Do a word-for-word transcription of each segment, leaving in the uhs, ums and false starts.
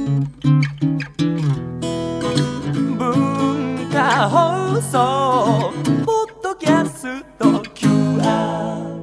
文化放送ポッドキャスト キューアール。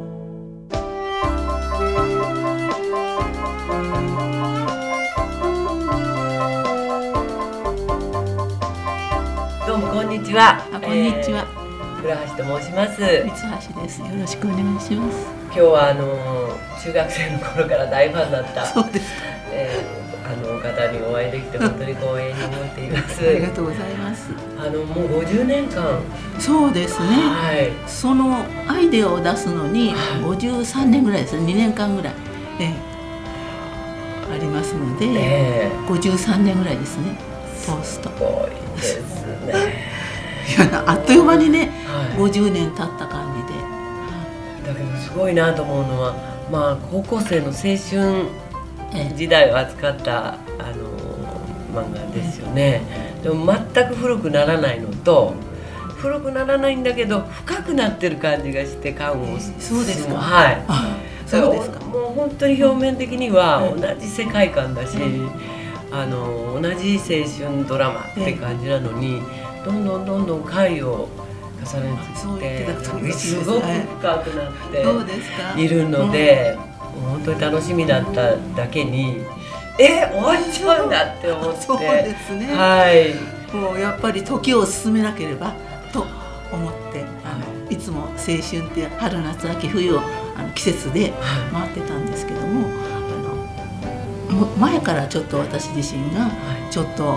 どうもこんにちは。 あ、こんにちは。 えー、倉橋と申します。 三橋です。よろしくお願いします。 今日はあの中学生の頃から大ファンだった。 そうですか。 えーあの方にお会いできて本当に光栄に思っています。 ありがとうございます。 あのもうごじゅうねんかん。 そうですね。 はい。 そのアイデアを出すのにごじゅうさんねんぐらいですね。にねんかんぐらい、えー、ありますので、えー、ごじゅうさんねんぐらいですね。通すと。 すごいですね。 いや、あっという間にね、はい、ごじゅうねん経った感じで。だけどすごいなと思うのは、まあ高校生の青春時代を扱ったあの漫画ですよね。でも全く古くならないのと、古くならないんだけど深くなってる感じがして感を、 そうですか。 はい。 そうですか。 もう本当に表面的には同じ世界観だし、あの同じ青春ドラマって感じなのに、どんどんどんどん回を重ねていってすごく深くなっているので。本当に楽しみだっただけに、え終わっちゃうんだって思って。 そうですね。 はい。 もうやっぱり時を進めなければと思って、あのいつも青春って春夏秋冬をあの季節で回ってたんですけども、あの前からちょっと私自身がちょっと、うん、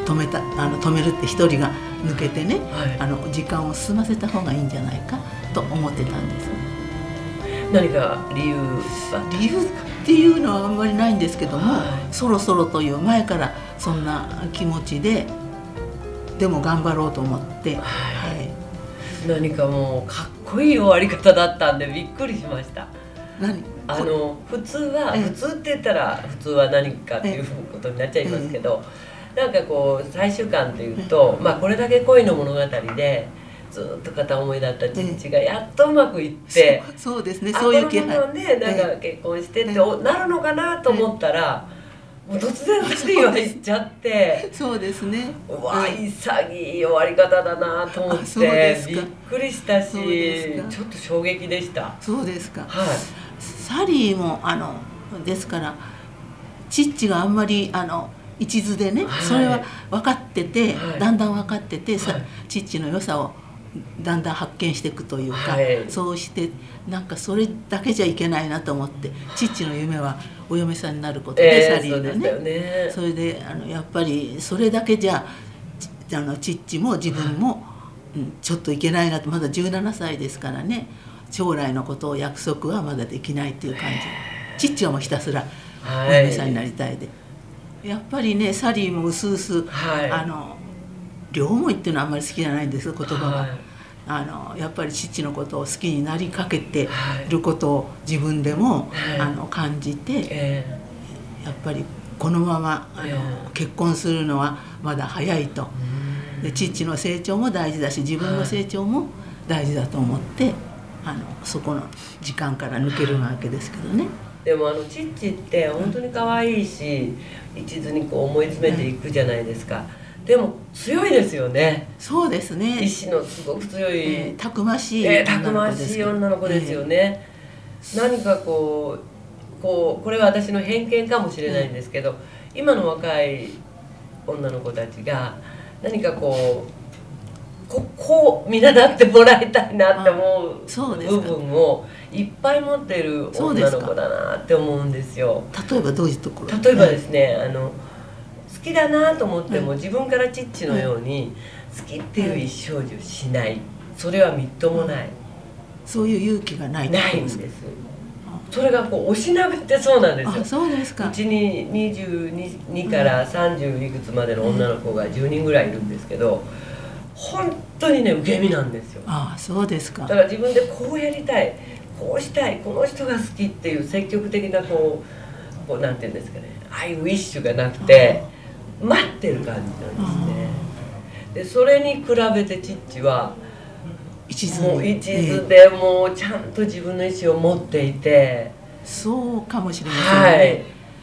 止めたあの止めるって一人が抜けてね、はい、あの時間を進ませた方がいいんじゃないかと思ってたんです。 何か理由は理由っていうのはあんまりないんですけども、はい、そろそろという前からそんな気持ちででも頑張ろうと思って、はいはい、 何かもうかっこいい終わり方だったんでびっくりしました。 何あの普通は普通って言ったら普通は何かっていうことになっちゃいますけど、なんかこう最終巻っていうと、まあこれだけ恋の物語でずっと片思いだった父がやっとうまくいって、 ええ、そ, そうですね、そういう気配、 あこのままねなんか結婚してって、ええ、なるのかなと思ったら、ええ、もう突然ふたりは行っちゃってそうですね、 うわ潔い終わり方だなと思ってびっくりしたし、ちょっと衝撃でした。 そうですか、 はい、 サリーもあのですからチッチがあんまりあの一途でね、はい、それは分かってて、はい、だんだん分かってて、はい、チッチの良さをだんだん発見していくというか、はい、そうしてなんかそれだけじゃいけないなと思って、父の夢はお嫁さんになることで、えー、サリーが ね, ねそれであのやっぱりそれだけじゃあの父も自分も、うん、ちょっといけないなと、まだじゅうななさいですからね、将来のことを約束はまだできないという感じ。父はもうひたすらお嫁さんになりたいで、はい、やっぱりねサリーもうすうす、はい、あの両思いっていうのはあんまり好きじゃないんですよ、言葉が、はい、あのやっぱり父のことを好きになりかけていることを自分でも、はい、あの感じて、えー、やっぱりこのままあの、えー、結婚するのはまだ早いと、で父の成長も大事だし自分の成長も大事だと思って、はい、あのそこの時間から抜けるわけですけどね。 でもあのチッチって本当に可愛いし、うん、一途にこう思い詰めていくじゃないですか、はい、でも強いですよね。 そうですね。 意志のすごく強い、 えー、たくましい、 えー、たくましい女の子ですよね、えー、何かこうこうこれは私の偏見かもしれないんですけど、えー、今の若い女の子たちが何かこうここう見習ってもらいたいなって思う部分をいっぱい持っている女の子だなって思うんですよ。 例えばどういうところ？ 例えばですね、あの好きだなと思っても、うん、自分からチッチのように好きっていう意思表示をしない、それはみっともない、うん、 そういう勇気がないないんです。それがこうおしなべてそうなんですよ。 あ、そうですか。 うちににじゅうにからさんじゅういくつまでの女の子がじゅうにんぐらいいるんですけど、本当にね受け身なんですよ。 ああ、そうですか。 だから自分でこうやりたい、こうしたい、この人が好きっていう積極的なこう、こうなんていうんですかね、ああいうウィッシュがなくて待ってる感じなんですね。でそれに比べてチッチは一途もう一途で、もうちゃんと自分の意思を持っていて、 そうかもしれませんね、はい、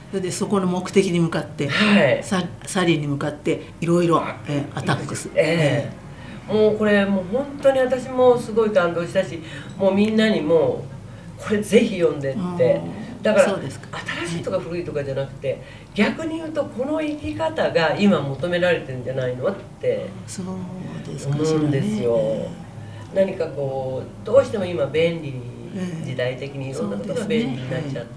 それでそこの目的に向かって、 はい、 サ, サリーに向かっていろいろアタックする。 ええ、もうこれもう本当に私もすごい感動したし、もうみんなにもうこれぜひ読んでって。だから新しいとか古いとかじゃなくて、逆に言うとこの生き方が今求められてるんじゃないのって思うんですよ。何かこうどうしても今便利に時代的にいろんなことが便利になっちゃって、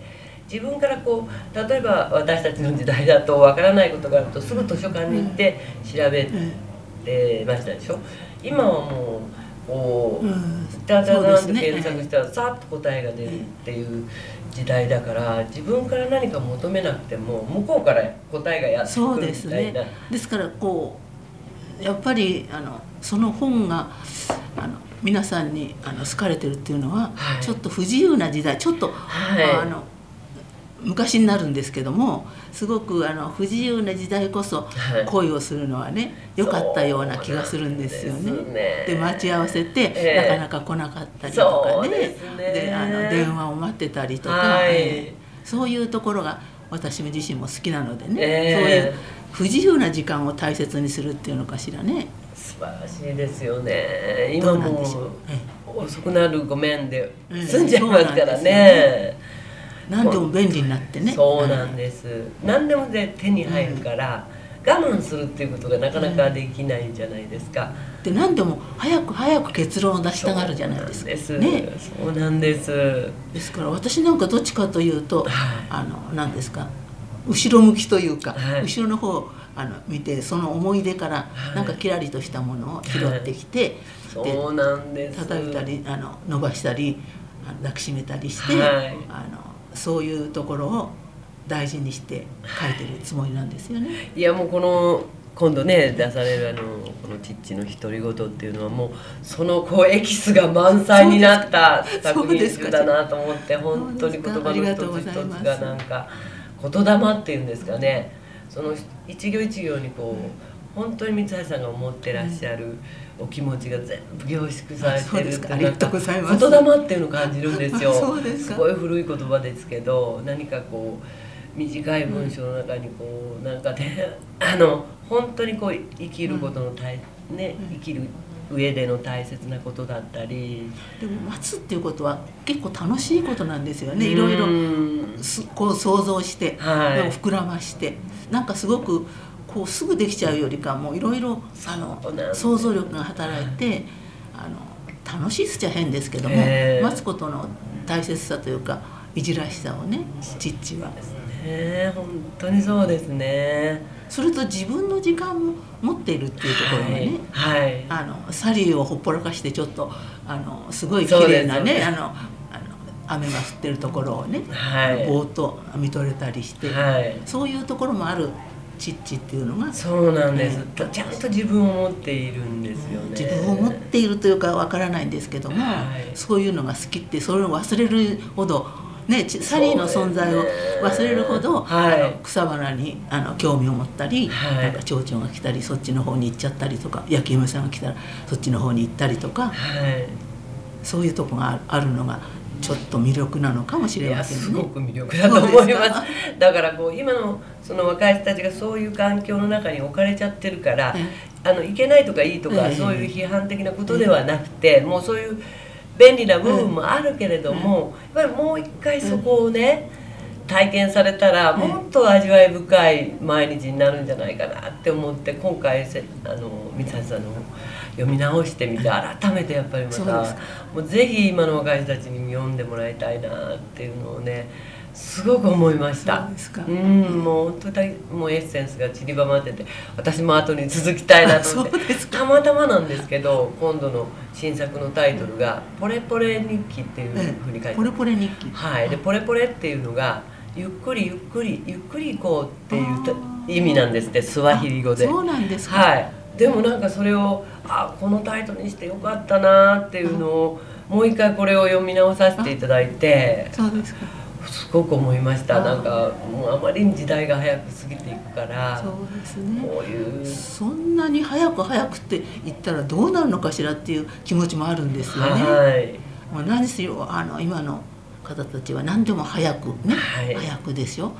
自分からこう例えば私たちの時代だとわからないことがあるとすぐ図書館に行って調べてましたでしょ。今はもうこうダダダンと検索したらさっと答えが出るっていう時代だから、自分から何か求めなくても向こうから答えがやってくるみたいな。そうですね。 ですからこうやっぱりあのその本があの皆さんにあの好かれてるっていうのは、はい、ちょっと不自由な時代、ちょっと、はい、あの昔になるんですけども、すごくあの不自由な時代こそ恋をするのはね、良かったような気がするんですよね。で待ち合わせて、えー、なかなか来なかったりとかね、であの電話を待ってたりとか、はい、えー、そういうところが私自身も好きなのでね、えー、そういう不自由な時間を大切にするっていうのかしらね。 素晴らしいですよね。今もう遅くなるごめんで済んじゃいますからね。 何でも便利になってね。 そうなんです。何でもで手に入るから、うん、我慢するっていうことがなかなかできないじゃないですか。 で何でも早く早く結論を出したがるじゃないですか。 そうなんです。ね、そうなんです。 ですから私なんかどっちかというと、はい、あの何ですか、後ろ向きというか、はい、後ろの方あの見て、その思い出からなんかキラリとしたものを拾ってきて、 はい、そうなんです。 叩いたりあの伸ばしたり抱きしめたりして、はい、あのそういうところを大事にして書いてるつもりなんですよね。 いやもうこの今度ね出されるあのこのチッチの独り言っていうのはもうそのこうエキスが満載になった作品集だなと思って、本当に言葉の一つ一つがなんか言霊っていうんですかね、その一行一行にこう本当に三橋さんが思ってらっしゃるお気持ちが全部凝縮されてるって、なんか言霊っていうのを感じるんですよ。すごい古い言葉ですけど、何かこう短い文章の中にこうなんかね、あの本当にこう生きることの大、ね、生きる上での大切なことだったり。 でも待つっていうことは結構楽しいことなんですよね。いろいろこう想像して、はい、膨らまして、なんかすごくこうすぐできちゃうよりかもいろいろ想像力が働いて、あの楽しいっちゃ変ですけども、えー、待つことの大切さというかいじらしさをね、チッチは。 ね、本当にそうですね。 それと自分の時間も持っているっていうところがね、 はいはい、 あのサリーをほっぽらかしてちょっとあのすごい綺麗なね、あのあの雨が降ってるところをね、はい、ぼーっと見とれたりして、はい、そういうところもあるチッチっていうのが。 そうなんです、ね、ちゃんと自分を持っているんですよね。 自分を持っているというかわからないんですけども、はい、そういうのが好きって、それを忘れるほどね、サリーの存在を忘れるほど、はい、あの草花にあの興味を持ったり、はい、なんか蝶々が来たりそっちの方に行っちゃったりとか、焼き芋さんが来たらそっちの方に行ったりとか、はい、そういうとこがあるのがちょっと魅力なのかもしれませんね。 すごく魅力だと思います。だからこう今のその若い人たちがそういう環境の中に置かれちゃってるから、あのいけないとかいいとか、そういう批判的なことではなくて、もうそういう便利な部分もあるけれども、やっぱりもう一回そこをね体験されたらもっと味わい深い毎日になるんじゃないかなって思って、今回あの三橋さんの読み直してみて改めてやっぱりまたもうぜひ今の若い人たちに読んでもらいたいなっていうのをねすごく思いました。 そうですか。 うん、もう本当にもうエッセンスが散りばまってて、私も後に続きたいなと思って、たまたまなんですけど今度の新作のタイトルが「ポレポレ日記」っていうふうに書いてある。 ポレポレ日記。 はい。でポレポレっていうのがゆっくりゆっくりゆっくり行こうっていう意味なんですって、スワヒリ語で。 そうなんですか。 はい。でもなんかそれをあこのタイトルにしてよかったなっていうのをもう一回これを読み直させていただいて。 そうですか。 すごく思いました。なんかもうあまりに時代が早く過ぎていくから。 そうですね。 こういうそんなに早く早くって言ったらどうなるのかしらっていう気持ちもあるんですよね。はい。もう何しろあの今の方たちは何でも早くね、はい、早くですよ。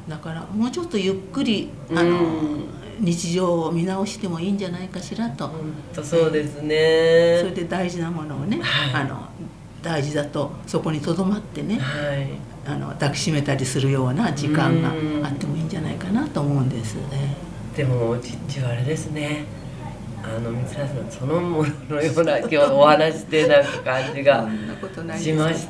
だからもうちょっとゆっくりあの、日常を見直してもいいんじゃないかしらと。 本当そうですね。 それで大事なものをね、はい、あの大事だとそこにとどまってね、はい、あの抱きしめたりするような時間があってもいいんじゃないかなと思うんですね。 でもちっちはあれですね、あの三原さんそのもののような今日お話でなんか感じがしました。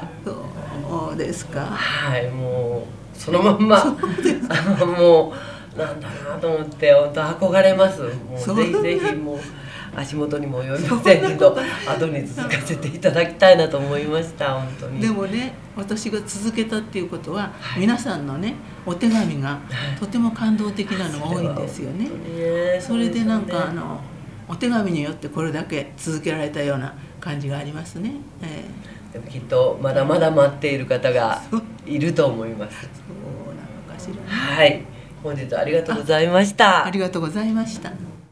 そうですか。 はい、もうそのまんまあのもうなんだなと思って本当憧れます。もうぜひぜひもう足元にも及びませんけど後に続かせていただきたいなと思いました。本当に。 でもね、私が続けたっていうことは、はい、皆さんのねお手紙がとても感動的なのが多いんですよね。それでなんかあのお手紙によってこれだけ続けられたような感じがありますね。えー、でもきっとまだまだ待っている方がいると思います。そうなのかしらね。 はい、本日はありがとうございました。 ありがとうございました。